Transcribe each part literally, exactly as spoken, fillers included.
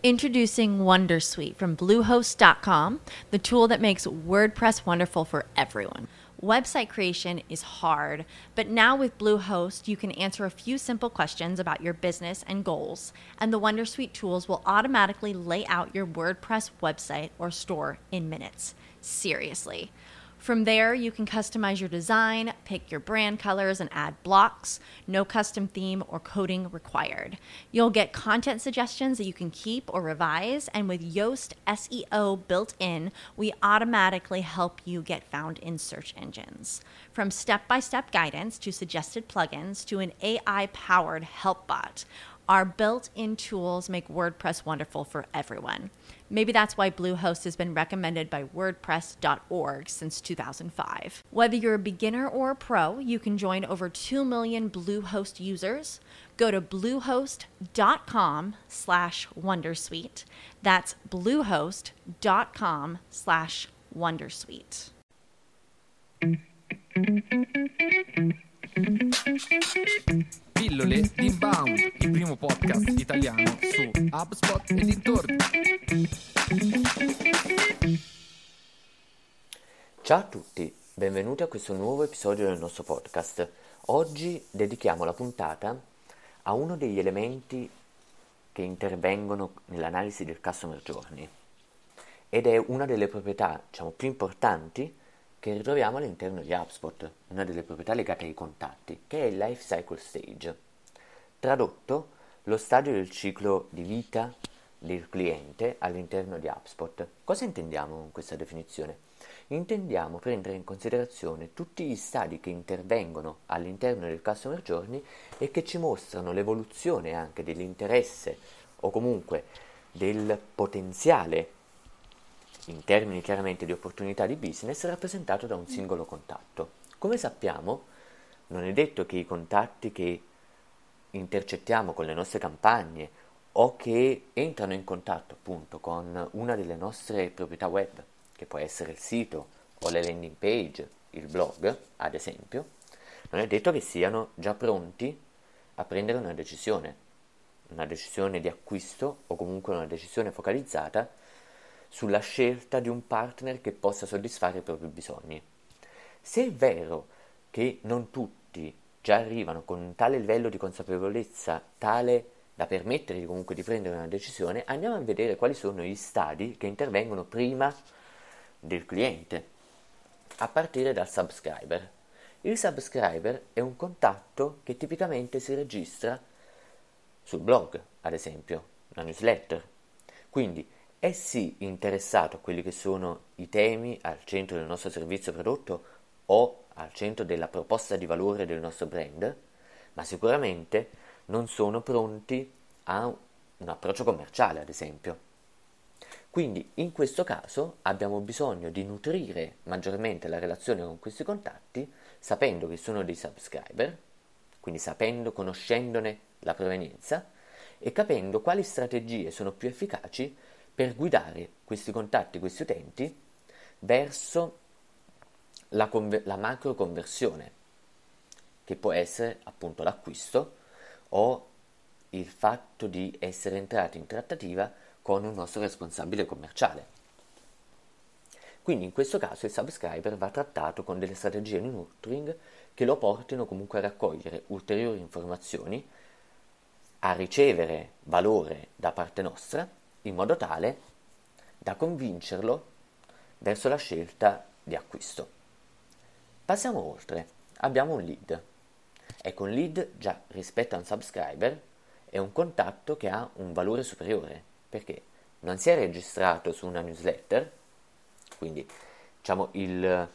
Introducing Wondersuite from Bluehost dot com, the tool that makes WordPress wonderful for everyone. Website creation is hard, but now with Bluehost, you can answer a few simple questions about your business and goals, and the Wondersuite tools will automatically lay out your WordPress website or store in minutes. Seriously. From there, you can customize your design, pick your brand colors, and add blocks. No custom theme or coding required. You'll get content suggestions that you can keep or revise, and with Yoast S E O built in, we automatically help you get found in search engines. From step-by-step guidance to suggested plugins to an A I-powered help bot, our built-in tools make WordPress wonderful for everyone. Maybe that's why Bluehost has been recommended by WordPress dot org since two thousand five. Whether you're a beginner or a pro, you can join over two million Bluehost users. Go to bluehost dot com slash wondersuite. That's bluehost dot com slash wondersuite. Pillole di Inbound, il primo podcast italiano su HubSpot e dintorni. Ciao a tutti, benvenuti a questo nuovo episodio del nostro podcast. Oggi dedichiamo la puntata a uno degli elementi che intervengono nell'analisi del Customer Journey ed è una delle proprietà, diciamo, più importanti che ritroviamo all'interno di HubSpot, una delle proprietà legate ai contatti, che è il Life Cycle Stage. Tradotto, lo stadio del ciclo di vita del cliente all'interno di HubSpot. Cosa intendiamo con questa definizione? Intendiamo prendere in considerazione tutti gli stadi che intervengono all'interno del Customer Journey e che ci mostrano l'evoluzione anche dell'interesse o comunque del potenziale in termini chiaramente di opportunità di business rappresentato da un singolo contatto. Come sappiamo, non è detto che i contatti che intercettiamo con le nostre campagne o che entrano in contatto appunto con una delle nostre proprietà web, che può essere il sito o le landing page, il blog ad esempio, non è detto che siano già pronti a prendere una decisione, una decisione di acquisto o comunque una decisione focalizzata sulla scelta di un partner che possa soddisfare i propri bisogni. Se è vero che non tutti già arrivano con un tale livello di consapevolezza tale da permettergli comunque di prendere una decisione, andiamo a vedere quali sono gli stadi che intervengono prima del cliente, a partire dal subscriber. Il subscriber è un contatto che tipicamente si registra sul blog, ad esempio, una newsletter. Quindi è sì interessato a quelli che sono i temi al centro del nostro servizio prodotto o al centro della proposta di valore del nostro brand, ma sicuramente non sono pronti a un approccio commerciale, ad esempio. Quindi in questo caso abbiamo bisogno di nutrire maggiormente la relazione con questi contatti, sapendo che sono dei subscriber, quindi sapendo, conoscendone la provenienza e capendo quali strategie sono più efficaci per guidare questi contatti, questi utenti, verso la, conver- la macro conversione, che può essere appunto l'acquisto o il fatto di essere entrati in trattativa con un nostro responsabile commerciale. Quindi in questo caso il subscriber va trattato con delle strategie di nurturing che lo portino comunque a raccogliere ulteriori informazioni, a ricevere valore da parte nostra, in modo tale da convincerlo verso la scelta di acquisto. Passiamo oltre, abbiamo un lead. Ecco, un lead già rispetto a un subscriber è un contatto che ha un valore superiore, perché non si è registrato su una newsletter, quindi diciamo il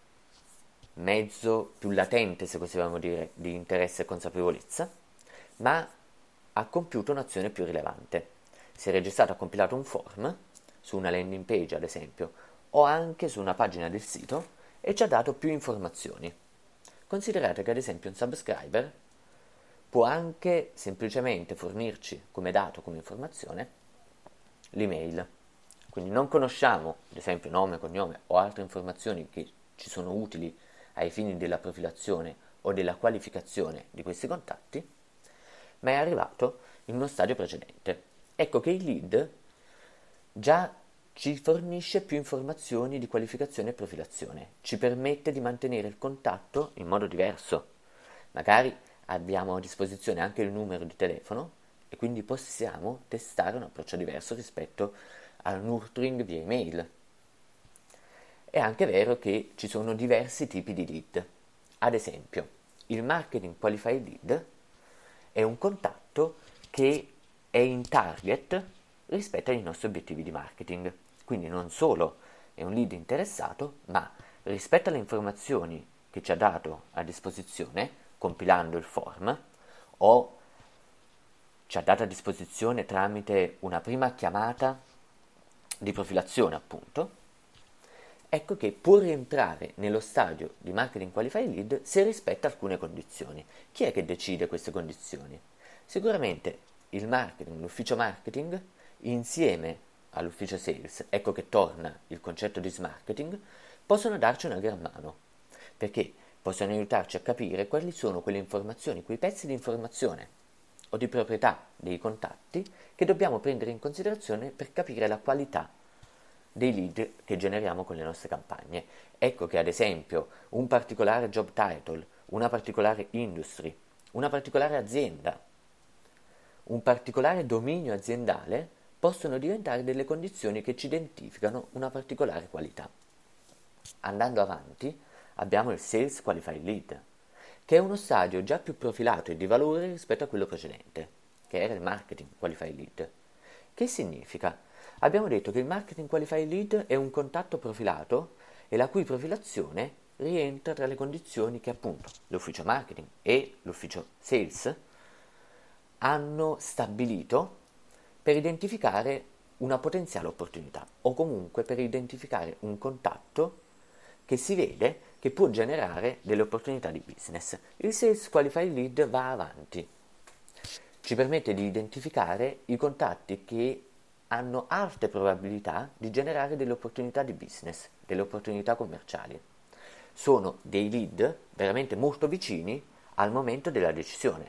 mezzo più latente, se così vogliamo dire, di interesse e consapevolezza, ma ha compiuto un'azione più rilevante. Si è registrato, ha compilato un form su una landing page ad esempio o anche su una pagina del sito e ci ha dato più informazioni. Considerate che ad esempio un subscriber può anche semplicemente fornirci come dato, come informazione, l'email. Quindi non conosciamo ad esempio nome, cognome o altre informazioni che ci sono utili ai fini della profilazione o della qualificazione di questi contatti, ma è arrivato in uno stadio precedente. Ecco che i lead già ci fornisce più informazioni di qualificazione e profilazione, ci permette di mantenere il contatto in modo diverso. Magari abbiamo a disposizione anche il numero di telefono e quindi possiamo testare un approccio diverso rispetto al nurturing via email. È anche vero che ci sono diversi tipi di lead. Ad esempio, il marketing qualified lead è un contatto che è in target rispetto ai nostri obiettivi di marketing. Quindi non solo è un lead interessato, ma rispetto alle informazioni che ci ha dato a disposizione, compilando il form, o ci ha dato a disposizione tramite una prima chiamata di profilazione, appunto, ecco che può rientrare nello stadio di marketing qualified lead se rispetta alcune condizioni. Chi è che decide queste condizioni? Sicuramente il marketing, l'ufficio marketing, insieme all'ufficio sales, ecco che torna il concetto di smarketing, possono darci una gran mano, perché possono aiutarci a capire quali sono quelle informazioni, quei pezzi di informazione o di proprietà dei contatti che dobbiamo prendere in considerazione per capire la qualità dei lead che generiamo con le nostre campagne. Ecco che ad esempio un particolare job title, una particolare industry, una particolare azienda, un particolare dominio aziendale possono diventare delle condizioni che ci identificano una particolare qualità. Andando avanti abbiamo il Sales Qualified Lead, che è uno stadio già più profilato e di valore rispetto a quello precedente, che era il Marketing Qualified Lead. Che significa? Abbiamo detto che il Marketing Qualified Lead è un contatto profilato e la cui profilazione rientra tra le condizioni che appunto l'ufficio marketing e l'ufficio sales hanno stabilito per identificare una potenziale opportunità o comunque per identificare un contatto che si vede che può generare delle opportunità di business. Il Sales Qualified Lead va avanti, ci permette di identificare i contatti che hanno alte probabilità di generare delle opportunità di business, delle opportunità commerciali. Sono dei lead veramente molto vicini al momento della decisione.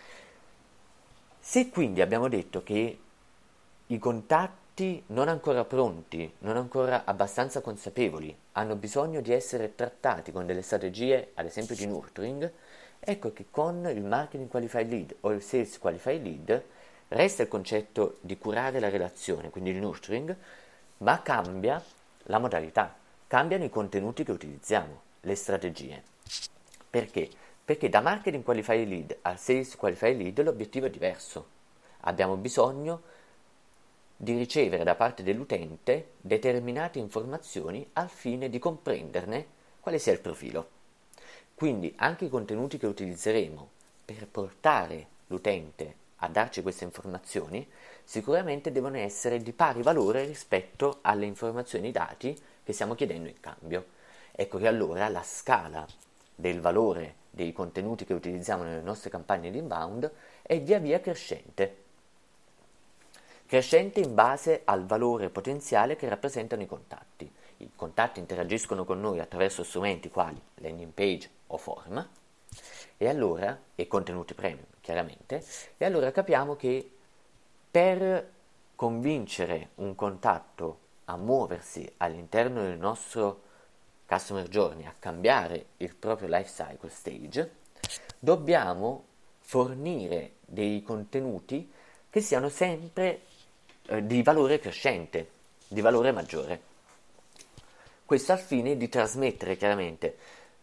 Se quindi abbiamo detto che i contatti non ancora pronti, non ancora abbastanza consapevoli, hanno bisogno di essere trattati con delle strategie, ad esempio di nurturing, ecco che con il Marketing Qualified Lead o il Sales Qualified Lead resta il concetto di curare la relazione, quindi il nurturing, ma cambia la modalità, cambiano i contenuti che utilizziamo, le strategie. Perché? Perché da Marketing Qualified Lead al Sales Qualified Lead l'obiettivo è diverso. Abbiamo bisogno di ricevere da parte dell'utente determinate informazioni al fine di comprenderne quale sia il profilo. Quindi anche i contenuti che utilizzeremo per portare l'utente a darci queste informazioni sicuramente devono essere di pari valore rispetto alle informazioni e ai dati che stiamo chiedendo in cambio. Ecco che allora la scala del valore dei contenuti che utilizziamo nelle nostre campagne di inbound è via via crescente. Crescente in base al valore potenziale che rappresentano i contatti. I contatti interagiscono con noi attraverso strumenti quali landing page o form, e allora, e contenuti premium chiaramente, e allora capiamo che per convincere un contatto a muoversi all'interno del nostro customer journey, a cambiare il proprio life cycle stage, dobbiamo fornire dei contenuti che siano sempre eh, di valore crescente, di valore maggiore. Questo al fine di trasmettere chiaramente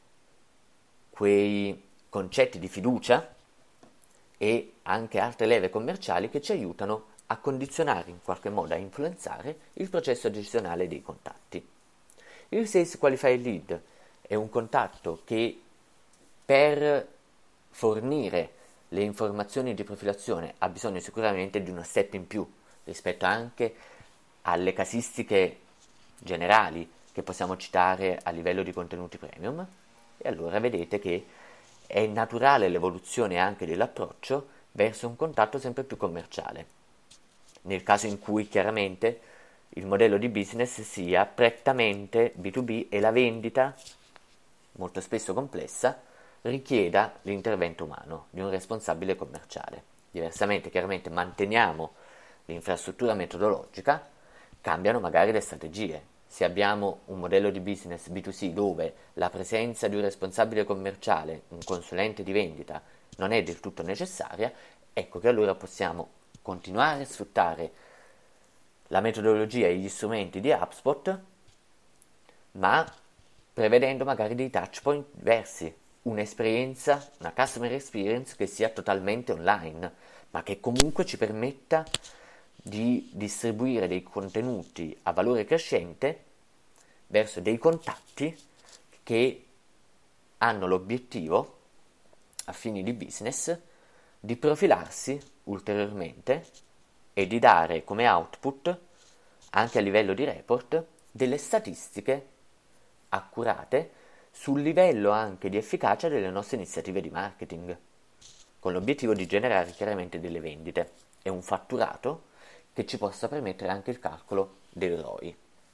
quei concetti di fiducia e anche altre leve commerciali che ci aiutano a condizionare in qualche modo, a influenzare il processo decisionale dei contatti. Il Sales Qualified Lead è un contatto che per fornire le informazioni di profilazione ha bisogno sicuramente di uno step in più rispetto anche alle casistiche generali che possiamo citare a livello di contenuti premium, e allora vedete che è naturale l'evoluzione anche dell'approccio verso un contatto sempre più commerciale, nel caso in cui chiaramente il modello di business sia prettamente B due B e la vendita, molto spesso complessa, richieda l'intervento umano di un responsabile commerciale. Diversamente chiaramente manteniamo l'infrastruttura metodologica, cambiano magari le strategie. Se abbiamo un modello di business B due C dove la presenza di un responsabile commerciale, un consulente di vendita, non è del tutto necessaria, ecco che allora possiamo continuare a sfruttare la metodologia e gli strumenti di HubSpot, ma prevedendo magari dei touch point diversi, un'esperienza, una customer experience che sia totalmente online, ma che comunque ci permetta di distribuire dei contenuti a valore crescente verso dei contatti che hanno l'obiettivo, a fini di business, di profilarsi ulteriormente e di dare come output, anche a livello di report, delle statistiche accurate sul livello anche di efficacia delle nostre iniziative di marketing, con l'obiettivo di generare chiaramente delle vendite e un fatturato che ci possa permettere anche il calcolo del R O I.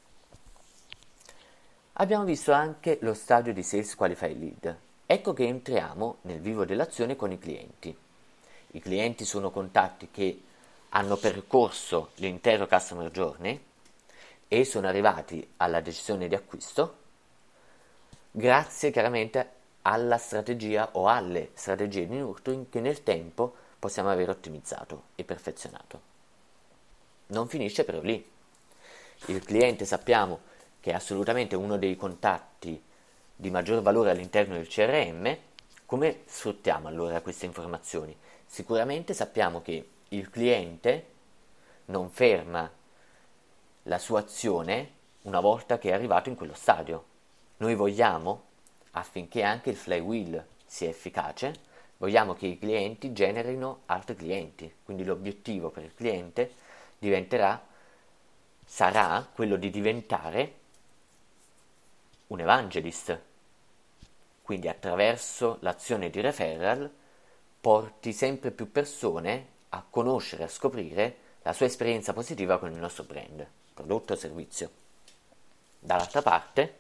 Abbiamo visto anche lo stadio di Sales Qualify Lead. Ecco che entriamo nel vivo dell'azione con i clienti. I clienti sono contatti che hanno percorso l'intero customer journey e sono arrivati alla decisione di acquisto grazie chiaramente alla strategia o alle strategie di nurturing che nel tempo possiamo aver ottimizzato e perfezionato. Non finisce però lì. Il cliente sappiamo che è assolutamente uno dei contatti di maggior valore all'interno del C R M. Come sfruttiamo allora queste informazioni? Sicuramente sappiamo che il cliente non ferma la sua azione una volta che è arrivato in quello stadio. Noi vogliamo, affinché anche il flywheel sia efficace, vogliamo che i clienti generino altri clienti, quindi l'obiettivo per il cliente diventerà, sarà quello di diventare un evangelist, quindi attraverso l'azione di referral porti sempre più persone a conoscere, a scoprire la sua esperienza positiva con il nostro brand, prodotto o servizio. Dall'altra parte,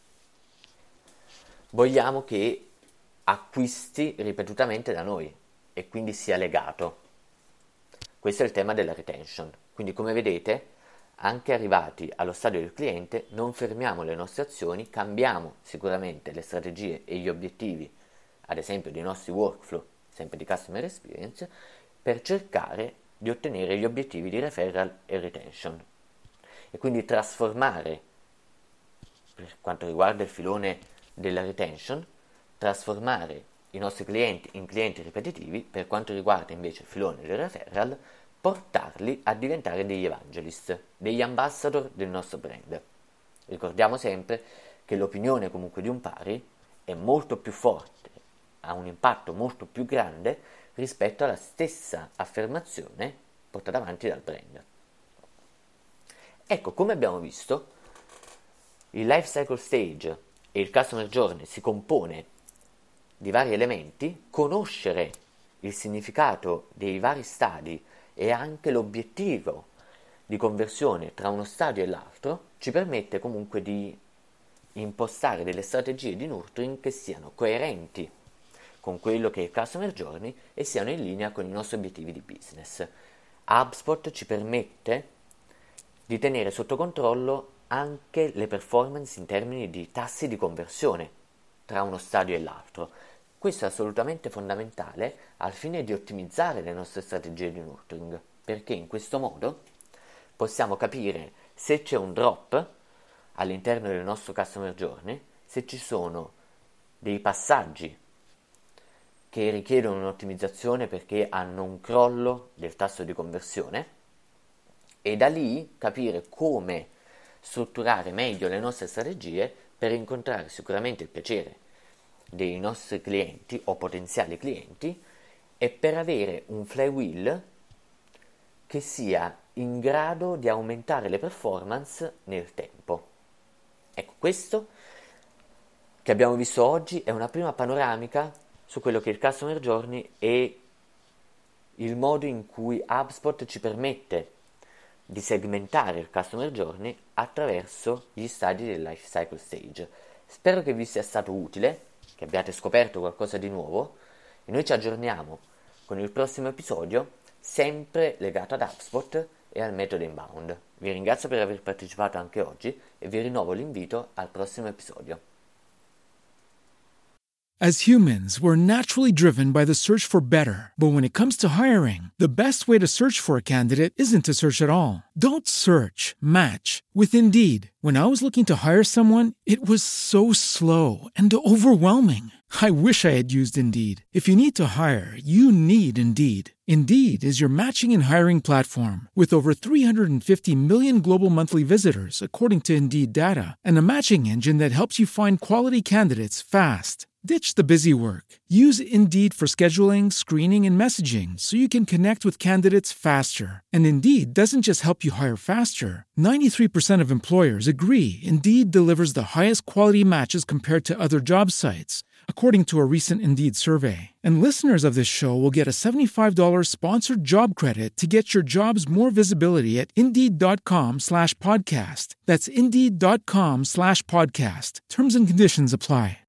vogliamo che acquisti ripetutamente da noi e quindi sia legato. Questo è il tema della retention. Quindi, come vedete, anche arrivati allo stadio del cliente, non fermiamo le nostre azioni, cambiamo sicuramente le strategie e gli obiettivi, ad esempio dei nostri workflow, sempre di customer experience, per cercare di ottenere gli obiettivi di referral e retention. E quindi trasformare, per quanto riguarda il filone della retention, trasformare i nostri clienti in clienti ripetitivi, per quanto riguarda invece il filone del referral, portarli a diventare degli evangelist, degli ambassador del nostro brand. Ricordiamo sempre che l'opinione comunque di un pari è molto più forte, ha un impatto molto più grande rispetto alla stessa affermazione portata avanti dal brand. Ecco, come abbiamo visto, il life cycle stage e il customer journey si compone di vari elementi. Conoscere il significato dei vari stadi e anche l'obiettivo di conversione tra uno stadio e l'altro ci permette comunque di impostare delle strategie di nurturing che siano coerenti con quello che è il customer journey e siano in linea con i nostri obiettivi di business. HubSpot ci permette di tenere sotto controllo anche le performance in termini di tassi di conversione tra uno stadio e l'altro. Questo è assolutamente fondamentale al fine di ottimizzare le nostre strategie di nurturing, perché in questo modo possiamo capire se c'è un drop all'interno del nostro customer journey, se ci sono dei passaggi che richiedono un'ottimizzazione perché hanno un crollo del tasso di conversione, e da lì capire come strutturare meglio le nostre strategie per incontrare sicuramente il piacere dei nostri clienti o potenziali clienti e per avere un flywheel che sia in grado di aumentare le performance nel tempo. Ecco, questo che abbiamo visto oggi è una prima panoramica su quello che è il customer journey e il modo in cui HubSpot ci permette di segmentare il customer journey attraverso gli stadi del life cycle stage. Spero che vi sia stato utile, che abbiate scoperto qualcosa di nuovo, e noi ci aggiorniamo con il prossimo episodio sempre legato ad HubSpot e al metodo inbound. Vi ringrazio per aver partecipato anche oggi e vi rinnovo l'invito al prossimo episodio. As humans, we're naturally driven by the search for better. But when it comes to hiring, the best way to search for a candidate isn't to search at all. Don't search, match with Indeed. When I was looking to hire someone, it was so slow and overwhelming. I wish I had used Indeed. If you need to hire, you need Indeed. Indeed is your matching and hiring platform with over three hundred fifty million global monthly visitors, according to Indeed data, and a matching engine that helps you find quality candidates fast. Ditch the busy work. Use Indeed for scheduling, screening, and messaging so you can connect with candidates faster. And Indeed doesn't just help you hire faster. ninety-three percent of employers agree Indeed delivers the highest quality matches compared to other job sites, according to a recent Indeed survey. And listeners of this show will get a seventy-five dollars sponsored job credit to get your jobs more visibility at Indeed.com slash podcast. That's Indeed.com slash podcast. Terms and conditions apply.